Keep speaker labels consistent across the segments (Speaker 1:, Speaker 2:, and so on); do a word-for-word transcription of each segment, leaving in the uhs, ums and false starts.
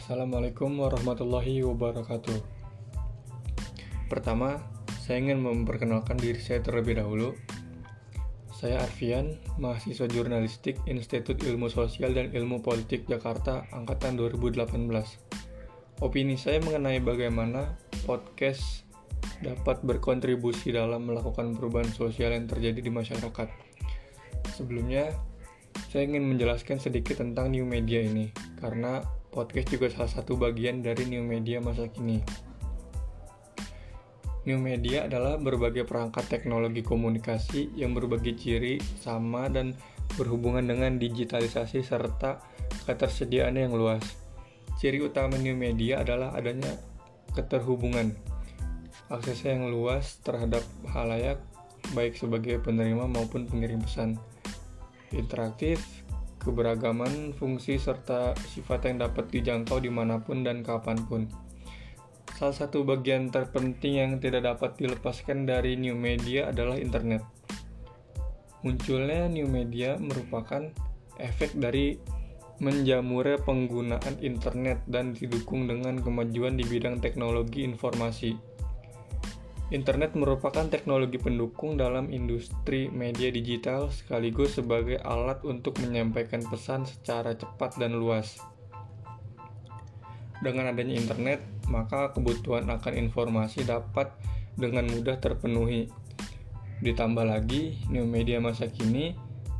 Speaker 1: Assalamualaikum warahmatullahi wabarakatuh. Pertama, saya ingin memperkenalkan diri saya terlebih dahulu. Saya Arfian, mahasiswa jurnalistik Institut Ilmu Sosial dan Ilmu Politik Jakarta angkatan dua ribu delapan belas. Opini saya mengenai bagaimana podcast dapat berkontribusi dalam melakukan perubahan sosial yang terjadi di masyarakat. Sebelumnya, saya ingin menjelaskan sedikit tentang new media ini, karena podcast juga salah satu bagian dari new media masa kini. New media adalah berbagai perangkat teknologi komunikasi yang berbagi ciri sama dan berhubungan dengan digitalisasi serta ketersediaan yang luas. Ciri utama new media adalah adanya keterhubungan, akses yang luas terhadap khalayak, baik sebagai penerima maupun pengirim pesan, interaktif, keberagaman fungsi serta sifat yang dapat dijangkau dimanapun dan kapanpun. Salah satu bagian terpenting yang tidak dapat dilepaskan dari new media adalah internet. Munculnya new media merupakan efek dari menjamurnya penggunaan internet dan didukung dengan kemajuan di bidang teknologi informasi. Internet merupakan teknologi pendukung dalam industri media digital sekaligus sebagai alat untuk menyampaikan pesan secara cepat dan luas. Dengan adanya internet, maka kebutuhan akan informasi dapat dengan mudah terpenuhi. Ditambah lagi, new media masa kini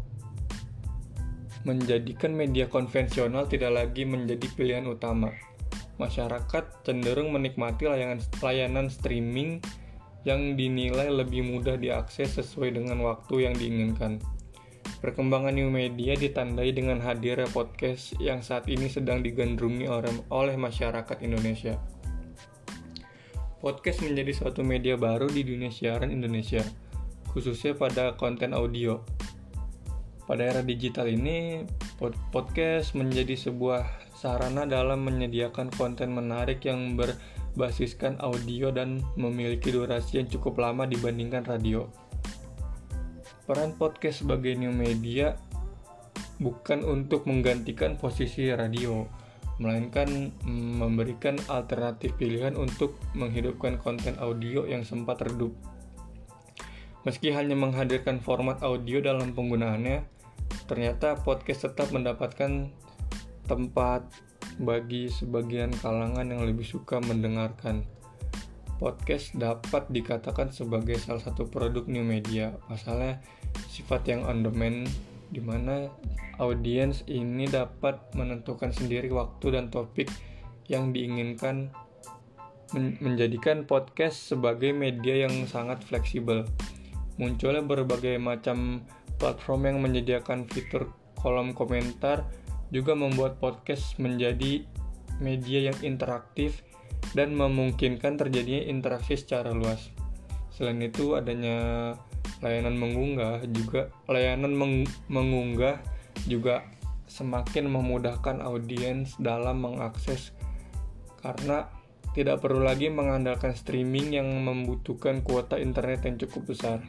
Speaker 1: menjadikan media konvensional tidak lagi menjadi pilihan utama. Masyarakat cenderung menikmati layanan, layanan streaming yang dinilai lebih mudah diakses sesuai dengan waktu yang diinginkan. Perkembangan new media ditandai dengan hadirnya podcast yang saat ini sedang digandrungi oleh masyarakat Indonesia. Podcast menjadi suatu media baru di dunia siaran Indonesia, khususnya pada konten audio. Pada era digital ini, podcast menjadi sebuah sarana dalam menyediakan konten menarik yang berbasiskan audio dan memiliki durasi yang cukup lama dibandingkan radio. Peran podcast sebagai new media bukan untuk menggantikan posisi radio, melainkan memberikan alternatif pilihan untuk menghidupkan konten audio yang sempat redup. Meski hanya menghadirkan format audio dalam penggunaannya, ternyata podcast tetap mendapatkan tempat bagi sebagian kalangan yang lebih suka mendengarkan. Podcast dapat dikatakan sebagai salah satu produk new media. Pasalnya sifat yang on demand, di mana audiens ini dapat menentukan sendiri waktu dan topik yang diinginkan, men- menjadikan podcast sebagai media yang sangat fleksibel. Munculnya berbagai macam platform yang menyediakan fitur kolom komentar juga membuat podcast menjadi media yang interaktif dan memungkinkan terjadinya interaksi secara luas. Selain itu, adanya layanan mengunggah juga layanan meng- mengunggah juga semakin memudahkan audiens dalam mengakses, karena tidak perlu lagi mengandalkan streaming yang membutuhkan kuota internet yang cukup besar.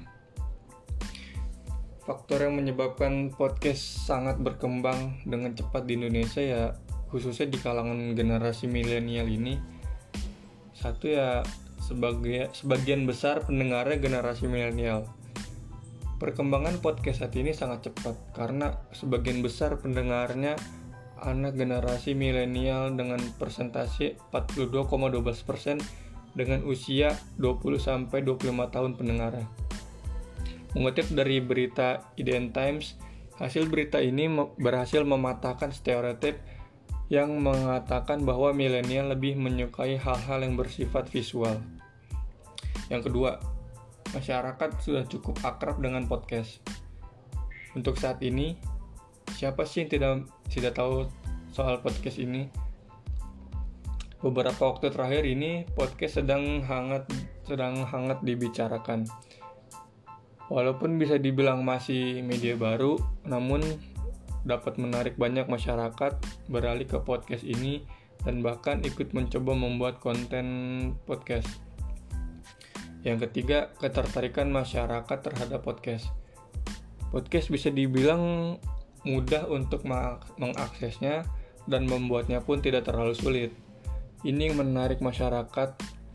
Speaker 1: Faktor yang menyebabkan podcast sangat berkembang dengan cepat di Indonesia, ya khususnya di kalangan generasi milenial ini. Satu ya, sebagai sebagian besar pendengarnya generasi milenial. Perkembangan podcast saat ini sangat cepat karena sebagian besar pendengarnya anak generasi milenial dengan persentase empat puluh dua koma satu dua persen dengan usia dua puluh sampai dua puluh lima tahun pendengarnya. Mengutip dari berita I D N Times, hasil berita ini berhasil mematahkan stereotip yang mengatakan bahwa milenial lebih menyukai hal-hal yang bersifat visual. Yang kedua, masyarakat sudah cukup akrab dengan podcast. Untuk saat ini, siapa sih yang tidak tidak tahu soal podcast ini? Beberapa waktu terakhir ini, podcast sedang hangat sedang hangat dibicarakan. Walaupun bisa dibilang masih media baru, namun dapat menarik banyak masyarakat beralih ke podcast ini dan bahkan ikut mencoba membuat konten podcast. Yang ketiga, ketertarikan masyarakat terhadap podcast. Podcast bisa dibilang mudah untuk mengaksesnya dan membuatnya pun tidak terlalu sulit. Ini menarik masyarakat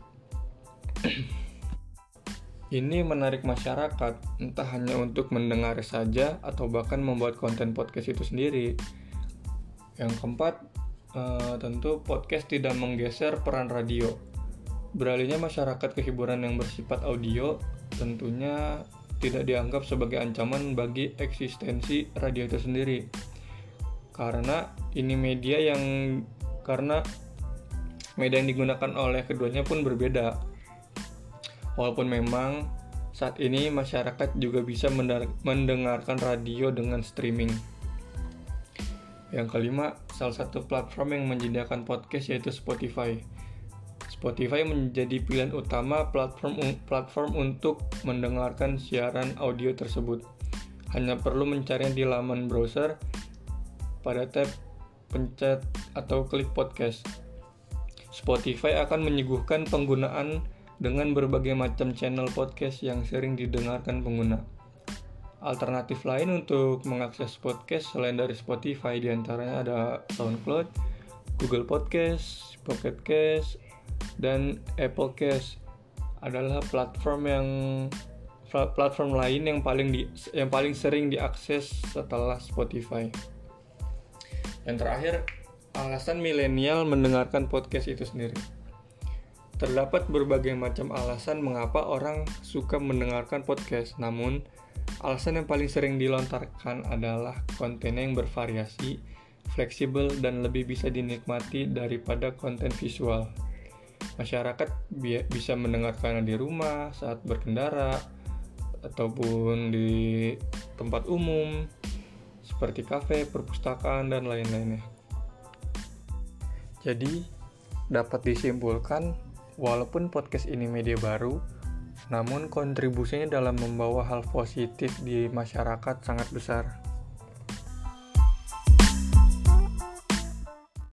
Speaker 1: Ini menarik masyarakat, entah hanya untuk mendengar saja atau bahkan membuat konten podcast itu sendiri. Yang keempat, eh, tentu podcast tidak menggeser peran radio. Beralihnya masyarakat ke hiburan yang bersifat audio tentunya tidak dianggap sebagai ancaman bagi eksistensi radio itu sendiri. Karena ini media yang karena media yang digunakan oleh keduanya pun berbeda. Walaupun memang saat ini masyarakat juga bisa mendengarkan radio dengan streaming. Yang kelima, salah satu platform yang menyediakan podcast yaitu Spotify. Spotify menjadi pilihan utama platform platform untuk mendengarkan siaran audio tersebut. Hanya perlu mencarinya di laman browser pada tab pencet atau klik podcast. Spotify akan menyuguhkan penggunaan dengan berbagai macam channel podcast yang sering didengarkan pengguna. Alternatif lain untuk mengakses podcast selain dari Spotify diantaranya ada SoundCloud, Google Podcast, Pocket Cast, dan Apple Cast adalah platform yang platform lain yang paling di, yang paling sering diakses setelah Spotify. Yang terakhir, alasan milenial mendengarkan podcast itu sendiri. Terdapat berbagai macam alasan mengapa orang suka mendengarkan podcast, namun alasan yang paling sering dilontarkan adalah kontennya yang bervariasi, fleksibel, dan lebih bisa dinikmati daripada konten visual. Masyarakat bi- bisa mendengarkannya di rumah, saat berkendara, ataupun di tempat umum, seperti kafe, perpustakaan, dan lain-lainnya. Jadi, dapat disimpulkan, walaupun podcast ini media baru, namun kontribusinya dalam membawa hal positif di masyarakat sangat besar.